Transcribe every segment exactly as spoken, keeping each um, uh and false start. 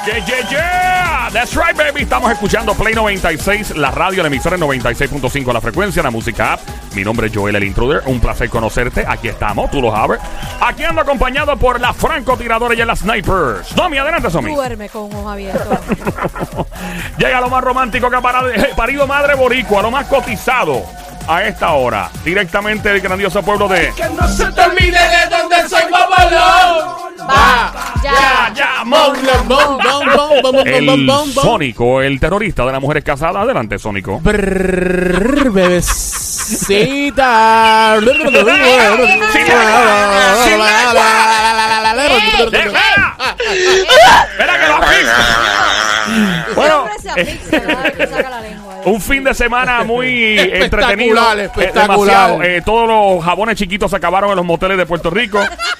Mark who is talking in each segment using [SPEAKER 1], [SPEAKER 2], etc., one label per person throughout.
[SPEAKER 1] Yeah, yeah, yeah. That's right, baby. Estamos escuchando Play noventa y seis, la radio, la emisora en noventa y seis punto cinco, la frecuencia, la música app. Mi nombre es Joel, el intruder. Un placer conocerte. Aquí estamos, tú lo sabes. Aquí ando acompañado por la francotiradora y la snipers. Somi, adelante, Somi.
[SPEAKER 2] Duerme con un ojo abierto.
[SPEAKER 1] Llega lo más romántico que ha parado, parido madre boricua, lo más cotizado a esta hora, directamente del grandioso pueblo de...
[SPEAKER 3] Que no se te olvide de dónde soy, babalón.
[SPEAKER 2] Va, ya,
[SPEAKER 1] ya,
[SPEAKER 3] Bom, bom, bom, bom, bom, bom,
[SPEAKER 1] El
[SPEAKER 3] bom, bom.
[SPEAKER 1] Sónico, el terrorista de las mujeres casadas. Adelante, Sónico.
[SPEAKER 3] Brrr, bebecita.
[SPEAKER 1] Espera que lo asfixia. Bueno,
[SPEAKER 2] Siempre se asfixia cada vez que saca la lengua.
[SPEAKER 1] un fin de semana muy entretenido.
[SPEAKER 3] Espectacular,
[SPEAKER 1] Eh,
[SPEAKER 3] espectacular.
[SPEAKER 1] demasiado. Eh, todos los jabones chiquitos se acabaron en los moteles de Puerto Rico.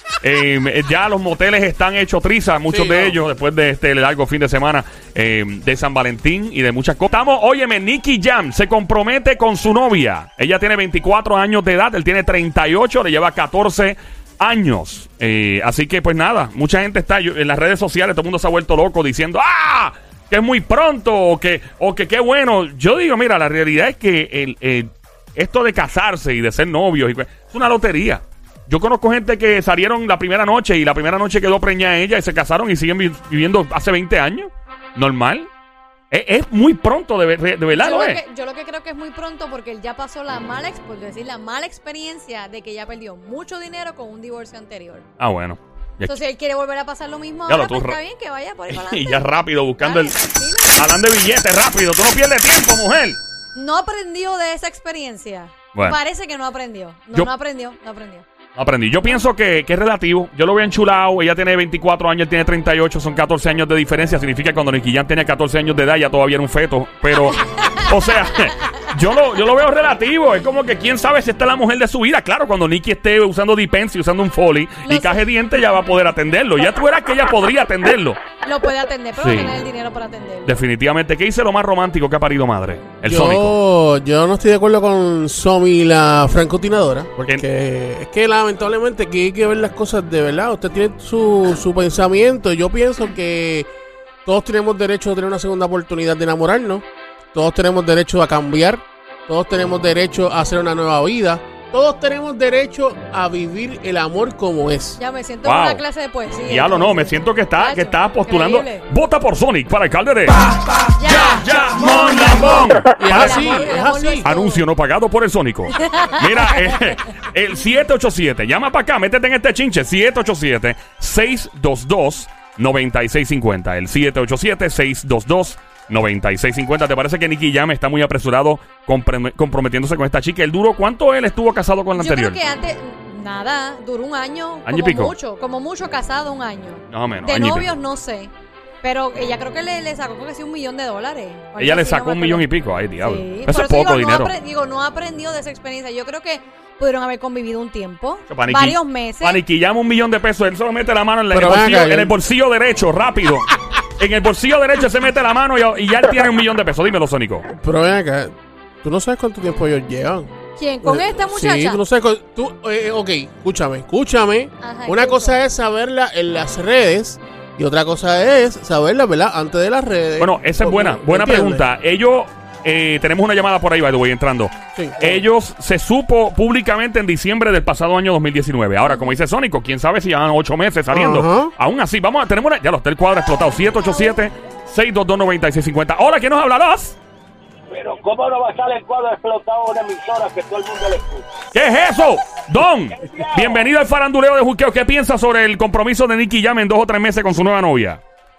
[SPEAKER 1] Eh, ya los moteles están hechos trizas, muchos
[SPEAKER 3] Sí,
[SPEAKER 1] de
[SPEAKER 3] no.
[SPEAKER 1] ellos, después de este largo fin de semana eh, de San Valentín y de muchas cosas. Estamos, óyeme, Nicky Jam se compromete con su novia. Ella tiene veinticuatro años de edad, él tiene treinta y ocho, le lleva catorce años. Eh, así que, pues nada, mucha gente está yo, en las redes sociales, todo el mundo se ha vuelto loco diciendo ¡ah! Que es muy pronto, o que, o que qué bueno. Yo digo, mira, la realidad es que el, el- esto de casarse y de ser novios y, es una lotería. Yo conozco gente que salieron la primera noche y la primera noche quedó preñada ella y se casaron y siguen vi- viviendo hace veinte años. Normal. Es, es muy pronto, de, ver- de verdad,
[SPEAKER 2] Yo
[SPEAKER 1] ¿no
[SPEAKER 2] lo,
[SPEAKER 1] es?
[SPEAKER 2] que, yo lo que creo que es muy pronto porque él ya pasó la mala, ex- por decir, la mala experiencia de que ya perdió mucho dinero con un divorcio anterior.
[SPEAKER 1] Ah, bueno. Ya-
[SPEAKER 2] Entonces, si él quiere volver a pasar lo mismo
[SPEAKER 1] Ya lo
[SPEAKER 2] ahora,
[SPEAKER 1] tú
[SPEAKER 2] pues
[SPEAKER 1] ra-
[SPEAKER 2] está bien que vaya por ahí para
[SPEAKER 1] y
[SPEAKER 2] adelante.
[SPEAKER 1] ya rápido, buscando
[SPEAKER 2] Dale,
[SPEAKER 1] el...
[SPEAKER 2] tranquilo.
[SPEAKER 1] Hablando de billetes, rápido. Tú no pierdes tiempo, mujer.
[SPEAKER 2] No aprendió de esa experiencia.
[SPEAKER 1] Bueno.
[SPEAKER 2] Parece que no aprendió. No,
[SPEAKER 1] Yo-
[SPEAKER 2] no aprendió, no aprendió.
[SPEAKER 1] No aprendí. Yo pienso que, que es relativo. Yo lo veo enchulado. Ella tiene veinticuatro años, él tiene treinta y ocho. Son catorce años de diferencia. Significa que cuando Nicky Jam tenía catorce años de edad, ya todavía era un feto. Pero, o sea, yo lo, yo lo veo relativo. Es como que quién sabe si esta es la mujer de su vida. Claro, cuando Nicky esté usando Depends y usando un Foley y
[SPEAKER 2] Lo
[SPEAKER 1] caje diente, ya va a poder atenderlo. Ya tú verás que ella podría atenderlo.
[SPEAKER 2] Lo puede atender, pero
[SPEAKER 1] Sí.
[SPEAKER 2] no tiene el dinero para atenderlo.
[SPEAKER 1] Definitivamente. ¿Qué dice lo más romántico que ha parido madre? El Sónico.
[SPEAKER 3] Yo, yo no estoy de acuerdo con Somi, la francotiradora, porque es que lamentablemente aquí hay que ver las cosas de verdad. Usted tiene su, su pensamiento. Yo pienso que todos tenemos derecho a tener una segunda oportunidad de enamorarnos. Todos tenemos derecho a cambiar. Todos tenemos derecho a hacer una nueva vida. Todos tenemos derecho a vivir el amor como es.
[SPEAKER 2] Ya me siento
[SPEAKER 1] Wow.
[SPEAKER 2] en una clase de poesía.
[SPEAKER 1] Diablo, no, me siento que está, que está postulando.
[SPEAKER 2] Increíble.
[SPEAKER 1] Vota por Sonic para alcalde de...
[SPEAKER 2] Ya,
[SPEAKER 1] ¡Ya, Mon Lambón!
[SPEAKER 3] Y es
[SPEAKER 2] El
[SPEAKER 3] así,
[SPEAKER 2] amor- el
[SPEAKER 3] es
[SPEAKER 2] amor lo
[SPEAKER 3] así.
[SPEAKER 2] es todo.
[SPEAKER 1] Anuncio no pagado por el Sónico. Mira, eh, el siete ocho siete. Llama para acá, métete en este chinche. siete ocho siete, seis dos dos, nueve seis cinco cero. El siete ocho siete, seis dos dos, nueve seis cinco cero. ¿Te parece que Nicky Jam está muy apresurado compre- comprometiéndose con esta chica? ¿El duro cuánto él estuvo casado con la
[SPEAKER 2] Yo
[SPEAKER 1] anterior?
[SPEAKER 2] creo que antes, nada, duró un año.
[SPEAKER 1] ¿Año y
[SPEAKER 2] como
[SPEAKER 1] pico?
[SPEAKER 2] mucho, como mucho casado un año.
[SPEAKER 1] No, menos.
[SPEAKER 2] De
[SPEAKER 1] año y pico.
[SPEAKER 2] novios no sé. Pero ella creo que le, le sacó como que sí un millón de dólares. o
[SPEAKER 1] Ella
[SPEAKER 2] algo
[SPEAKER 1] le
[SPEAKER 2] así,
[SPEAKER 1] sacó
[SPEAKER 2] no me
[SPEAKER 1] un millón y
[SPEAKER 2] acuerdo.
[SPEAKER 1] pico. Ay, diablo.
[SPEAKER 2] Sí,
[SPEAKER 1] Eso
[SPEAKER 2] por
[SPEAKER 1] es
[SPEAKER 2] eso
[SPEAKER 1] poco
[SPEAKER 2] digo,
[SPEAKER 1] dinero.
[SPEAKER 2] No apre- digo, no aprendió de esa experiencia. Yo creo que pudieron haber convivido un tiempo.
[SPEAKER 1] Para Nicky-
[SPEAKER 2] Varios meses.
[SPEAKER 1] Para Nicky Jam un millón de pesos. Él solo mete la mano en, la- en
[SPEAKER 3] Pero
[SPEAKER 1] el,
[SPEAKER 3] ven
[SPEAKER 1] bolsillo,
[SPEAKER 3] acá,
[SPEAKER 1] en
[SPEAKER 3] yo-
[SPEAKER 1] el bolsillo derecho, rápido. En el bolsillo derecho se mete la mano y, y ya él tiene un millón de pesos. Dímelo, Sónico.
[SPEAKER 3] Pero ven acá, tú no sabes cuánto tiempo ellos llevan.
[SPEAKER 2] ¿Quién? ¿Con
[SPEAKER 3] Eh,
[SPEAKER 2] esta muchacha?
[SPEAKER 3] Sí, tú no sabes. cu- Tú, eh, ok, escúchame, escúchame.
[SPEAKER 2] Ajá,
[SPEAKER 3] Una
[SPEAKER 2] escucho.
[SPEAKER 3] cosa es saberla en las redes y otra cosa es saberla, ¿verdad? Antes de las redes.
[SPEAKER 1] Bueno, esa es buena. Buena
[SPEAKER 3] ¿Entiendes?
[SPEAKER 1] pregunta. Ellos, eh, tenemos una llamada por ahí, by the way, entrando.
[SPEAKER 3] Sí.
[SPEAKER 1] Ellos se supo públicamente en diciembre del pasado año dos mil diecinueve. Ahora, como dice Sónico, quién sabe si llevan ocho meses saliendo.
[SPEAKER 3] Ajá.
[SPEAKER 1] Aún así, vamos a, tenemos una, ya los tres cuadros explotados. siete ocho siete, seis dos dos, nueve seis cinco cero. Hola, ¿quién nos habla? ¿Dos?
[SPEAKER 4] Pero ¿cómo no va a estar el cuadro explotado en una emisora que todo el mundo le escucha?
[SPEAKER 1] ¿Qué es eso? Don, bienvenido al faranduleo de Juqueo. ¿Qué piensas sobre el compromiso de Nicky Jam en dos o tres meses con su nueva novia?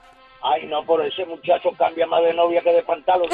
[SPEAKER 4] Ay, no, por ese muchacho cambia más de novia que de pantalón.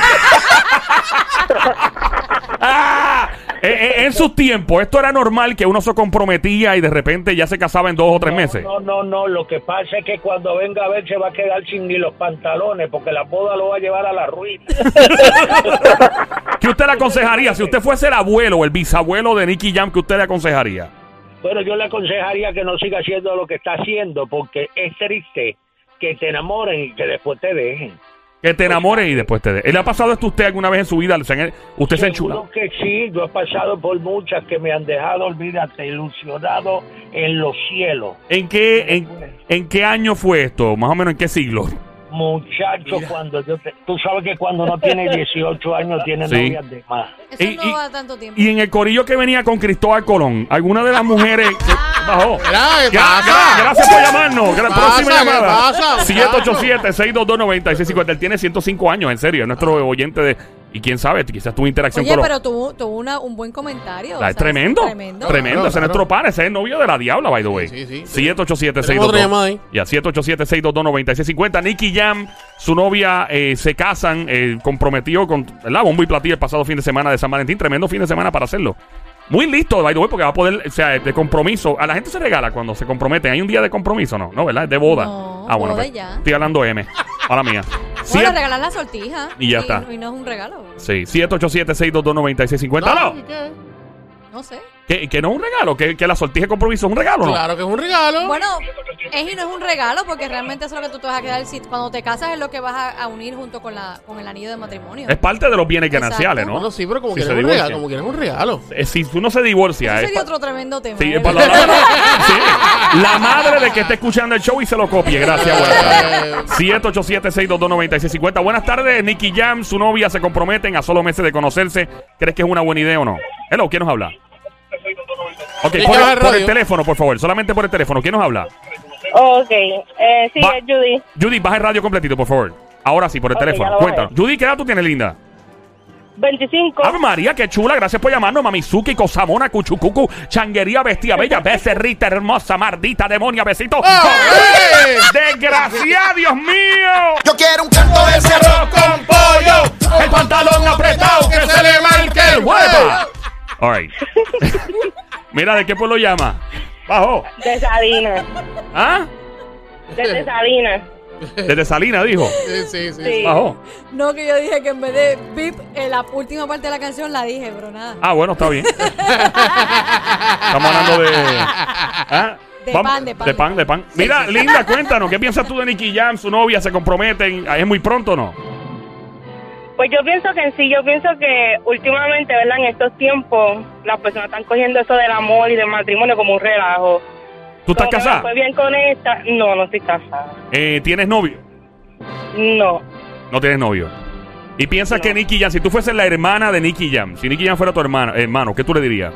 [SPEAKER 1] ¡Ah! Eh, eh, en sus tiempos, esto era normal que uno se comprometía y de repente ya se casaba en dos o tres meses.
[SPEAKER 4] No, no, no, lo que pasa es que cuando venga a ver se va a quedar sin ni los pantalones porque la boda lo va a llevar a la ruina.
[SPEAKER 1] ¿Qué usted le aconsejaría? Si usted fuese el abuelo o el bisabuelo de Nicky Jam, ¿qué usted le aconsejaría?
[SPEAKER 4] Bueno, yo le aconsejaría que no siga haciendo lo que está haciendo porque es triste que te enamoren y que después te dejen.
[SPEAKER 1] Que te enamores y después te dé. ¿Le ha pasado esto a usted alguna vez en su vida? ¿Se- ¿Usted se enchula?
[SPEAKER 4] Seguro que sí, yo he pasado por muchas que me han dejado, olvídate, ilusionado en los cielos.
[SPEAKER 1] ¿En qué, en, ¿En qué año fue esto? Más o menos, ¿en qué siglo?
[SPEAKER 4] Muchacho, cuando yo te, tú sabes que cuando uno tiene dieciocho años tiene
[SPEAKER 1] Sí.
[SPEAKER 4] novias de más.
[SPEAKER 2] Eso
[SPEAKER 1] Y-
[SPEAKER 2] no
[SPEAKER 1] y-
[SPEAKER 2] va tanto tiempo.
[SPEAKER 1] Y en el corillo que venía con Cristóbal Colón, alguna de las mujeres que bajó.
[SPEAKER 3] Mira, ¿qué
[SPEAKER 1] Gra-
[SPEAKER 3] pasa?
[SPEAKER 1] gra- gracias por llamarnos. Gra-
[SPEAKER 3] pasa?
[SPEAKER 1] próxima
[SPEAKER 3] ¿Qué
[SPEAKER 1] llamada.
[SPEAKER 3] pasa,
[SPEAKER 1] siete ocho siete, seis dos dos, nueve seis cinco cero. Él tiene ciento cinco años, en serio. Es nuestro oyente de. Y quién sabe, quizás tuvo interacción
[SPEAKER 2] Oye,
[SPEAKER 1] con los.
[SPEAKER 2] pero tuvo, tuvo una, un buen comentario.
[SPEAKER 1] Ah, es
[SPEAKER 2] ¿sabes?
[SPEAKER 1] tremendo.
[SPEAKER 2] Tremendo.
[SPEAKER 1] Tremendo.
[SPEAKER 3] Claro,
[SPEAKER 1] Ese es
[SPEAKER 3] claro.
[SPEAKER 1] nuestro pan. Ese es el novio de la diabla, by the way.
[SPEAKER 3] Sí, sí, sí.
[SPEAKER 1] siete ocho siete, seis
[SPEAKER 3] Tenemos
[SPEAKER 1] dos
[SPEAKER 3] otra
[SPEAKER 1] dos.
[SPEAKER 3] llamada ahí.
[SPEAKER 1] Ya, siete ocho siete, seis dos dos, nueve seis cinco cero. Nicky Jam, su novia, eh, se casan, eh, comprometió con, ¿verdad? Bombo y platillo el pasado fin de semana de San Valentín. Tremendo fin de semana para hacerlo. Muy listo, by the way, porque va a poder, o sea, de compromiso. A la gente se regala cuando se comprometen. ¿Hay un día de compromiso? No, no, ¿verdad? Es de boda.
[SPEAKER 2] No,
[SPEAKER 1] ah, bueno,
[SPEAKER 2] boda
[SPEAKER 1] pues,
[SPEAKER 2] ya.
[SPEAKER 1] estoy hablando M. Ahora mía.
[SPEAKER 2] Bueno,
[SPEAKER 1] Siete-
[SPEAKER 2] regalar la sortija.
[SPEAKER 1] Y ya está.
[SPEAKER 2] Y no es un regalo.
[SPEAKER 1] Sí, siete ocho siete, seis dos dos, nueve seis cinco cero.
[SPEAKER 3] No,
[SPEAKER 1] ¡Aló!
[SPEAKER 3] ¿y qué?
[SPEAKER 2] No sé.
[SPEAKER 1] ¿Que, que no es un regalo? ¿Que, que la sortija de compromiso es un regalo, no?
[SPEAKER 3] Claro que es un regalo.
[SPEAKER 2] Bueno, es y no es un regalo porque realmente eso es lo que tú te vas a quedar. Si, cuando te casas es lo que vas a, a unir junto con, la, con el anillo de matrimonio.
[SPEAKER 1] Es parte de los bienes
[SPEAKER 2] Exacto.
[SPEAKER 1] gananciales, ¿no?
[SPEAKER 3] Bueno, sí, pero como
[SPEAKER 1] Si
[SPEAKER 3] que
[SPEAKER 1] se
[SPEAKER 3] es un
[SPEAKER 1] divorcia.
[SPEAKER 3] regalo, como que es un regalo.
[SPEAKER 1] Eh, si tú no se divorcia,
[SPEAKER 2] Eso
[SPEAKER 1] es
[SPEAKER 2] sería
[SPEAKER 1] pa-
[SPEAKER 2] otro tremendo tema.
[SPEAKER 1] Sí,
[SPEAKER 2] ¿eh?
[SPEAKER 1] es para la, la- la- sí, la madre de que esté escuchando el show y se lo copie. Gracias, buenas tardes. siete ocho siete, seis dos dos, nueve seis cinco cero. Buenas tardes, Nicky Jam, su novia se comprometen a solo meses de conocerse. ¿Crees que es una buena idea o no? Hello, ¿quién nos habla? Ok,
[SPEAKER 3] Sí,
[SPEAKER 1] por,
[SPEAKER 3] que baje
[SPEAKER 1] el- por el
[SPEAKER 3] radio.
[SPEAKER 1] teléfono, por favor. Solamente por el teléfono. ¿Quién nos habla?
[SPEAKER 5] Ok, eh, sí,
[SPEAKER 1] Va-
[SPEAKER 5] es Judy.
[SPEAKER 1] Judy, baja el radio completito, por favor. Ahora sí, por el
[SPEAKER 5] Ok, ya
[SPEAKER 1] teléfono.
[SPEAKER 5] lo bajé.
[SPEAKER 1] Cuéntanos. Judy, ¿qué edad tú tienes, linda?
[SPEAKER 5] veinticinco.
[SPEAKER 1] Ave María, qué chula. Gracias por llamarnos. Mamizuki, Cosamona, Cuchucucu, Changuería, Bestia Bella, Becerrita, hermosa, mardita, demonia, besito.
[SPEAKER 3] ¡Eh!
[SPEAKER 1] ¡Desgraciada, Dios mío!
[SPEAKER 6] Yo quiero un canto de cerro
[SPEAKER 1] con pollo, el pantalón apretado, que se le marque el huevo. All right. Mira, ¿de qué pueblo llama? Bajo.
[SPEAKER 5] De Salinas.
[SPEAKER 1] ¿Ah?
[SPEAKER 5] Desde Salinas.
[SPEAKER 1] Desde Salina, dijo.
[SPEAKER 3] Sí, sí, sí.
[SPEAKER 5] Sí.
[SPEAKER 1] Bajo.
[SPEAKER 2] No, que yo dije que en vez de beep, en la última parte de la canción la dije, pero nada.
[SPEAKER 1] Ah, bueno, está bien. Estamos hablando de... ¿Ah?
[SPEAKER 2] De
[SPEAKER 1] Vamos-
[SPEAKER 2] pan, de pan,
[SPEAKER 1] De
[SPEAKER 2] de
[SPEAKER 1] pan,
[SPEAKER 2] pan.
[SPEAKER 1] de pan. Mira, Linda, cuéntanos, ¿qué piensas tú de Nicky Jam? Su novia se comprometen. ¿Es muy pronto o no?
[SPEAKER 5] Pues yo pienso que sí, yo pienso que últimamente, ¿verdad? En estos tiempos, las personas están cogiendo eso del amor y del matrimonio como un relajo.
[SPEAKER 1] ¿Tú estás
[SPEAKER 5] Como que me
[SPEAKER 1] casada?
[SPEAKER 5] fue bien con esta. No, no estoy casada.
[SPEAKER 1] Eh, ¿Tienes novio?
[SPEAKER 5] No.
[SPEAKER 1] No tienes novio. ¿Y piensas
[SPEAKER 5] No.
[SPEAKER 1] que Nicky Jam, si tú fueses la hermana de Nicky Jam, si Nicky Jam fuera tu hermana, hermano, ¿qué tú le dirías?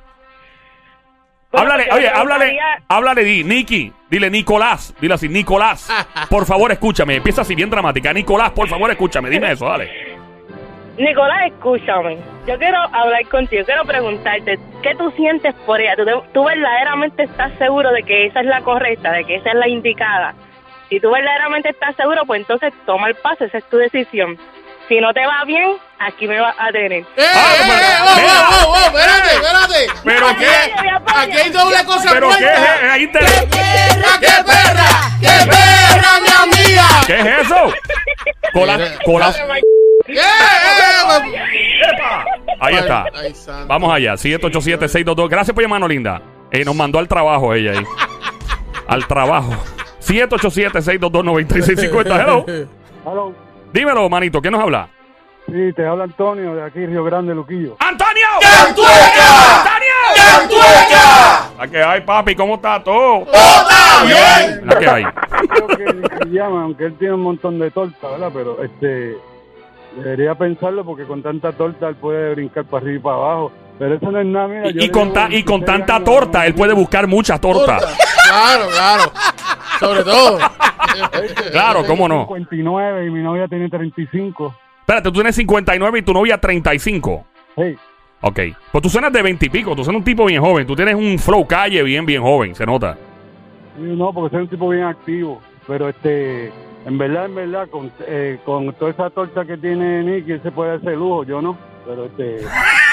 [SPEAKER 5] Bueno,
[SPEAKER 1] háblale,
[SPEAKER 5] pues yo
[SPEAKER 1] oye,
[SPEAKER 5] le
[SPEAKER 1] háblale,
[SPEAKER 5] preguntaría-
[SPEAKER 1] háblale, di, Nicky, dile Nicolás, dile así, Nicolás, por favor escúchame, empieza así bien dramática, Nicolás, por favor escúchame, dime eso, dale.
[SPEAKER 5] Nicolás, escúchame. Yo quiero hablar contigo, quiero preguntarte, ¿qué tú sientes por ella? ¿Tú, te- tú verdaderamente estás seguro de que esa es la correcta, de que esa es la indicada? Si tú verdaderamente estás seguro, pues entonces toma el paso, esa es tu decisión. Si no te va bien, aquí me vas a tener.
[SPEAKER 3] ¡Eh,
[SPEAKER 1] Ah,
[SPEAKER 3] eh,
[SPEAKER 1] pero-
[SPEAKER 3] eh! ¡Oh,
[SPEAKER 1] mira.
[SPEAKER 3] oh, oh, oh! ¡Espérate, espérate!
[SPEAKER 1] ¿Pero
[SPEAKER 5] No,
[SPEAKER 1] qué?
[SPEAKER 5] apoya, apoya.
[SPEAKER 3] Aquí hay doble cosa
[SPEAKER 1] ¿Pero qué
[SPEAKER 3] puesta.
[SPEAKER 1] es? Ahí te-
[SPEAKER 3] ¡Qué perra, qué perra! ¡Qué perra, mi amiga!
[SPEAKER 1] ¿Qué es eso? Cola, cola.
[SPEAKER 3] ¿Qué? Eh, eh,
[SPEAKER 1] ¡Epa! Ahí está.
[SPEAKER 3] Ay, santo.
[SPEAKER 1] Vamos allá, siete ocho siete, seis dos dos. Gracias por llamarnos, linda. Eh, nos mandó al trabajo ella ahí. Al trabajo. siete ocho siete, seis dos dos, nueve seis cinco cero. Hello.
[SPEAKER 7] Aló,
[SPEAKER 1] Dímelo, manito, ¿quién nos habla?
[SPEAKER 7] sí, te habla Antonio de aquí, Río Grande, Luquillo.
[SPEAKER 1] ¡Antonio!
[SPEAKER 3] ¡Cantueca!
[SPEAKER 1] ¡Antonio!
[SPEAKER 3] ¡Cantueca!
[SPEAKER 1] La que hay, papi, ¿cómo está todo?
[SPEAKER 3] ¡Todo bien!
[SPEAKER 1] La que hay.
[SPEAKER 7] Creo que Nicky llama, aunque él tiene un montón de torta, ¿verdad? Pero este debería pensarlo porque con tanta torta él puede brincar para arriba y para abajo. Pero eso no es nada, mira. yo
[SPEAKER 1] Y, y
[SPEAKER 7] le
[SPEAKER 1] con,
[SPEAKER 7] llevo
[SPEAKER 1] ta- y con
[SPEAKER 7] veintiséis
[SPEAKER 1] tanta
[SPEAKER 7] años,
[SPEAKER 1] torta,
[SPEAKER 7] no,
[SPEAKER 1] él puede buscar mucha torta.
[SPEAKER 3] Claro, claro. Sobre todo.
[SPEAKER 1] Claro, ¿cómo no?
[SPEAKER 7] cincuenta y nueve y mi novia tiene treinta y cinco.
[SPEAKER 1] Espérate, tú tienes cincuenta y nueve y tu novia treinta y cinco.
[SPEAKER 7] Hey,
[SPEAKER 1] Ok. Pues tú suenas de veinte y pico, tú suenas un tipo bien joven. Tú tienes un flow calle bien, bien joven, se nota.
[SPEAKER 7] no, porque soy un tipo bien activo. Pero este, en verdad, en verdad, con, eh, con toda esa torta que tiene Nicky, él se puede hacer lujo, yo no. Pero este,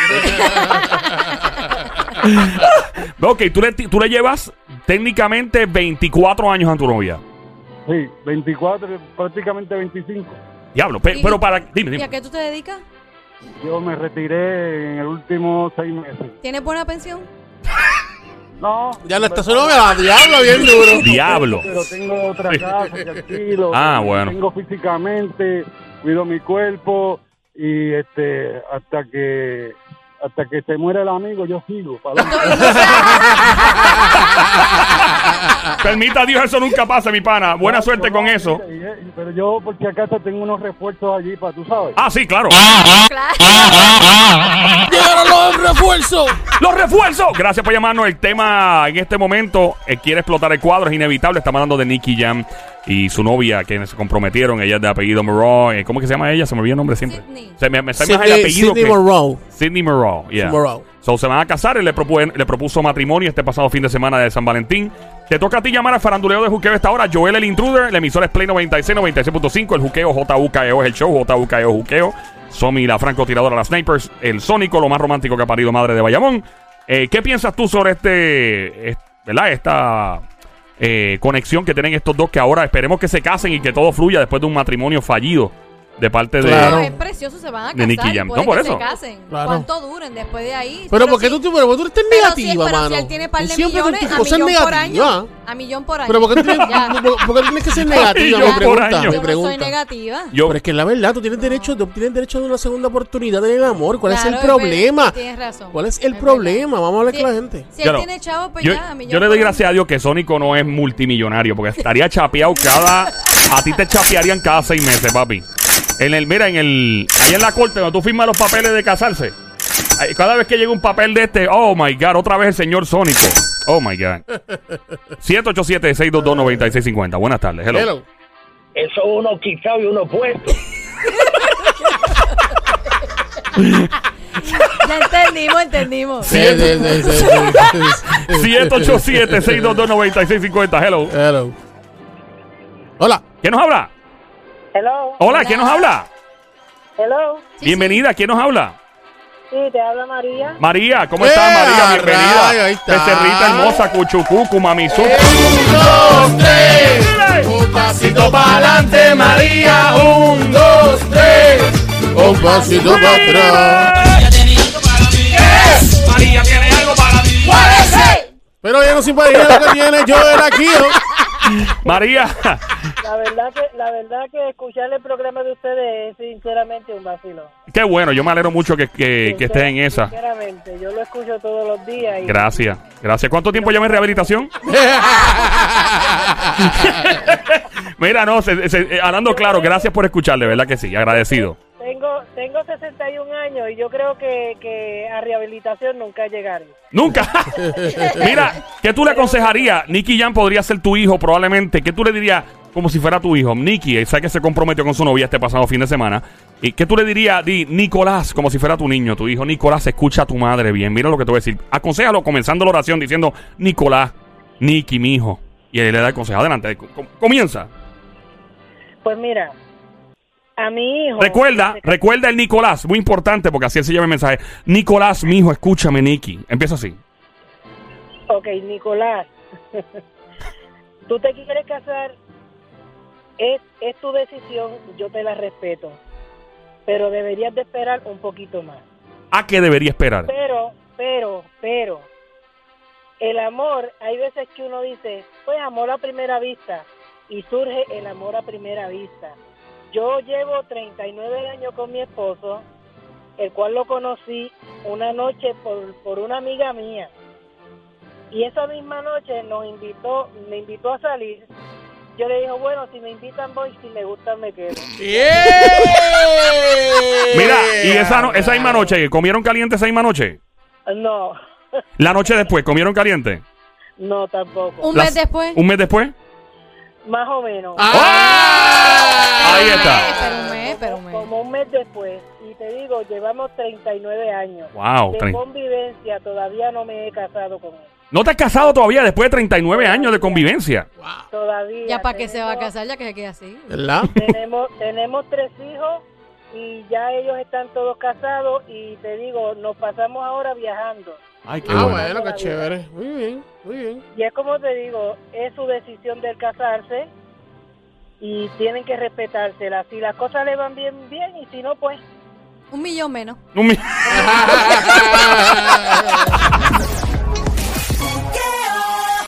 [SPEAKER 1] Ok, tú le, tú le llevas técnicamente veinticuatro años a tu novia.
[SPEAKER 7] sí, veinticuatro, prácticamente veinticinco.
[SPEAKER 1] Diablo, pe-
[SPEAKER 2] ¿Y-
[SPEAKER 1] pero para... Dime,
[SPEAKER 2] ¿Y a
[SPEAKER 1] dime.
[SPEAKER 2] qué tú te dedicas?
[SPEAKER 7] Yo me retiré en el último seis meses.
[SPEAKER 2] ¿Tienes buena pensión?
[SPEAKER 7] No.
[SPEAKER 3] Ya no está su novia, la diablo, bien duro.
[SPEAKER 1] Diablo.
[SPEAKER 7] Pero tengo otra casa que alquilo.
[SPEAKER 1] Ah, bueno.
[SPEAKER 7] Tengo físicamente, cuido mi cuerpo y este hasta que hasta que se muera el amigo, yo sigo. Para
[SPEAKER 1] Permita a Dios, eso nunca pasa, mi pana. Buena
[SPEAKER 7] no,
[SPEAKER 1] suerte
[SPEAKER 7] no,
[SPEAKER 1] con
[SPEAKER 7] mira,
[SPEAKER 1] eso.
[SPEAKER 7] y- y- Pero yo, por si acaso, tengo unos refuerzos allí para, tú sabes.
[SPEAKER 1] Ah, sí, claro.
[SPEAKER 2] Claro.
[SPEAKER 3] ¡Llegaron los refuerzos!
[SPEAKER 1] ¡Los refuerzos! Gracias por llamarnos. El tema en este momento eh, quiere explotar el cuadro, es inevitable. Estamos hablando de Nicky Jam y su novia, que se comprometieron. Ella es de apellido Monroe. Eh, ¿Cómo es que se llama ella? Se me olvida el nombre siempre.
[SPEAKER 2] Sydney.
[SPEAKER 1] Se me, me se me deja el
[SPEAKER 3] Sidney,
[SPEAKER 1] apellido.
[SPEAKER 3] Sidney
[SPEAKER 1] que-
[SPEAKER 3] Monroe.
[SPEAKER 1] Sidney Monroe, yeah.
[SPEAKER 3] Monroe.
[SPEAKER 1] So, se van a casar. Él le, propu- le propuso matrimonio este pasado fin de semana de San Valentín. Te toca a ti llamar al faranduleo de Juqueo esta hora. Joel el Intruder. La emisora es Play noventa y seis, noventa y seis punto cinco. El Juqueo, J U K E O es el show. J U K E O Juqueo. Somi, la francotiradora, la Snipers. El Sónico, lo más romántico que ha parido madre de Bayamón. Eh, ¿Qué piensas tú sobre este, es- ¿verdad? Esta eh, conexión que tienen estos dos, que ahora esperemos que se casen y que todo fluya después de un matrimonio fallido de parte de...
[SPEAKER 3] Claro.
[SPEAKER 2] Pero es precioso, se van a
[SPEAKER 1] De
[SPEAKER 2] casar.
[SPEAKER 1] Nicky
[SPEAKER 2] y
[SPEAKER 1] Jam.
[SPEAKER 2] puede
[SPEAKER 1] No, por
[SPEAKER 2] que
[SPEAKER 1] eso.
[SPEAKER 2] se casen.
[SPEAKER 3] Claro.
[SPEAKER 2] ¿Cuánto duren después de ahí?
[SPEAKER 3] Pero ¿por qué
[SPEAKER 2] si-
[SPEAKER 3] tú, tú- pero ¿por qué tú eres
[SPEAKER 2] pero
[SPEAKER 3] negativa,
[SPEAKER 2] si, pero
[SPEAKER 3] mano?
[SPEAKER 2] si él tiene par
[SPEAKER 3] Tú
[SPEAKER 2] de
[SPEAKER 3] siempre con
[SPEAKER 2] millones,
[SPEAKER 3] tus
[SPEAKER 2] a
[SPEAKER 3] cosas
[SPEAKER 2] millón por
[SPEAKER 3] negativas.
[SPEAKER 2] año. A millón por año.
[SPEAKER 3] Pero ¿por qué, tú tienes,
[SPEAKER 2] Ya.
[SPEAKER 3] por- por qué tú tienes que ser negativa?
[SPEAKER 1] millón
[SPEAKER 3] Mi
[SPEAKER 1] por
[SPEAKER 3] pregunta,
[SPEAKER 1] año.
[SPEAKER 3] mi
[SPEAKER 2] Yo no soy
[SPEAKER 3] pregunta.
[SPEAKER 2] negativa.
[SPEAKER 1] Yo,
[SPEAKER 3] Pero es que es la verdad, tú tienes derecho, tú tienes derecho de una segunda oportunidad en el amor. ¿Cuál
[SPEAKER 2] Claro,
[SPEAKER 3] es el
[SPEAKER 2] verdad,
[SPEAKER 3] problema?
[SPEAKER 2] Tienes razón.
[SPEAKER 3] ¿Cuál es el
[SPEAKER 2] Es
[SPEAKER 3] problema? Vamos a hablar
[SPEAKER 2] Si-
[SPEAKER 3] con la gente.
[SPEAKER 2] Si
[SPEAKER 1] Yo
[SPEAKER 2] él
[SPEAKER 1] no.
[SPEAKER 2] tiene chavo, pues
[SPEAKER 1] yo,
[SPEAKER 2] ya, a millón
[SPEAKER 1] yo le
[SPEAKER 2] por
[SPEAKER 1] doy
[SPEAKER 2] año.
[SPEAKER 1] gracias a Dios que Sónico no es multimillonario, porque estaría chapeado cada... A ti te chapearían cada seis meses, papi. En el, mira, en el... Ahí en la corte, donde tú firmas los papeles de casarse. ahí, cada vez que llega un papel de este, oh my God, otra vez el señor Sónico. Oh my God. siete ocho siete, seis dos dos, nueve seis cinco cero. Buenas tardes. Hello.
[SPEAKER 3] Hello.
[SPEAKER 4] Eso uno quitado y uno puesto.
[SPEAKER 2] Ya entendimos, entendimos.
[SPEAKER 3] Sí, sí, sí, sí, sí.
[SPEAKER 1] siete ocho siete, seis dos dos, nueve seis cinco cero. Hello.
[SPEAKER 3] Hello. Hola.
[SPEAKER 1] ¿Quién nos habla?
[SPEAKER 5] Hello,
[SPEAKER 1] Hola, ¿quién nos habla?
[SPEAKER 5] hello.
[SPEAKER 2] Sí,
[SPEAKER 1] Bienvenida, ¿quién nos habla?
[SPEAKER 5] Sí, te habla María.
[SPEAKER 1] María, ¿cómo
[SPEAKER 3] ¡Eh,
[SPEAKER 1] estás, María?
[SPEAKER 3] rayo,
[SPEAKER 1] Bienvenida.
[SPEAKER 3] ahí está!
[SPEAKER 1] Becerrita hermosa, cuchucucu, mamizu.
[SPEAKER 3] Un, dos, tres. Un pasito para adelante, María. Un, dos, tres. Un pasito para atrás.
[SPEAKER 1] María tiene algo para mí.
[SPEAKER 3] Pero ya no se imagina lo que tiene Joel aquí. ¿no?
[SPEAKER 1] María,
[SPEAKER 5] La verdad que la verdad que escuchar el programa de ustedes es sinceramente un vacilo.
[SPEAKER 1] qué bueno, yo me alegro mucho que, que, que estés en esa.
[SPEAKER 5] Sinceramente, yo lo escucho todos los días. Y
[SPEAKER 1] Gracias, gracias. ¿Cuánto tiempo lleva en rehabilitación? Mira, no, se, se- eh, hablando claro, gracias por escucharle, ¿verdad que sí? Agradecido.
[SPEAKER 5] Tengo tengo sesenta y un años y yo creo que, que a rehabilitación nunca llegaré.
[SPEAKER 1] Nunca. Mira, ¿qué tú le aconsejarías? Nicky Jam podría ser tu hijo probablemente. ¿Qué tú le dirías como si fuera tu hijo? Nicky, sabe que se comprometió con su novia este pasado fin de semana. ¿Y qué tú le dirías? Di, Nicolás, como si fuera tu niño, tu hijo. Nicolás, escucha a tu madre bien. Mira lo que te voy a decir. Aconsejalo comenzando la oración diciendo, Nicolás, Nicky, mi hijo. Y él le da el consejo. Adelante, com- comienza.
[SPEAKER 5] Pues mira, a mi hijo...
[SPEAKER 1] Recuerda, recuerda el Nicolás, muy importante porque así él se llama el mensaje. Nicolás, mi hijo, escúchame, Nicky. Empieza así.
[SPEAKER 5] Ok, Nicolás, tú te quieres casar, es, es tu decisión, yo te la respeto, pero deberías de esperar un poquito más.
[SPEAKER 1] ¿A qué debería esperar?
[SPEAKER 5] Pero, pero, pero, el amor, hay veces que uno dice, pues amor a primera vista, y surge el amor a primera vista. Yo llevo treinta y nueve años con mi esposo, el cual lo conocí una noche por, por una amiga mía. Y esa misma noche nos invitó, me invitó a salir. Yo le dije, bueno, si me invitan voy, si me gustan me quedo.
[SPEAKER 1] Mira, y esa, no- esa misma noche, ¿comieron caliente esa misma noche?
[SPEAKER 5] No,
[SPEAKER 1] La noche después, ¿comieron caliente?
[SPEAKER 5] no tampoco.
[SPEAKER 2] Un
[SPEAKER 1] Las-
[SPEAKER 2] mes después.
[SPEAKER 1] ¿Un mes después?
[SPEAKER 5] Más o menos.
[SPEAKER 3] ¡Ah!
[SPEAKER 1] Ahí
[SPEAKER 2] Pero un
[SPEAKER 1] está.
[SPEAKER 2] mes, Pero un mes, pero un mes.
[SPEAKER 5] Como un mes después. Y te digo, llevamos treinta y nueve años.
[SPEAKER 1] Wow.
[SPEAKER 5] De
[SPEAKER 1] trein-
[SPEAKER 5] convivencia, todavía no me he casado con él.
[SPEAKER 1] ¿No te has casado todavía después de treinta y nueve años de convivencia?
[SPEAKER 5] Todavía.
[SPEAKER 2] Ya para qué se va a
[SPEAKER 5] tenemos-
[SPEAKER 2] casar, ya que se quede así.
[SPEAKER 3] ¿Verdad?
[SPEAKER 5] Tenemos, tenemos tres hijos y ya ellos están todos casados y te digo, nos pasamos ahora viajando.
[SPEAKER 1] Ay, qué
[SPEAKER 3] Ah,
[SPEAKER 1] bueno.
[SPEAKER 3] bueno, qué chévere. Muy bien, muy bien.
[SPEAKER 5] Y es como te digo, es su decisión de casarse y tienen que respetársela. Si las cosas le van bien, bien, y si no, pues...
[SPEAKER 2] Un millón menos.
[SPEAKER 1] Un mi-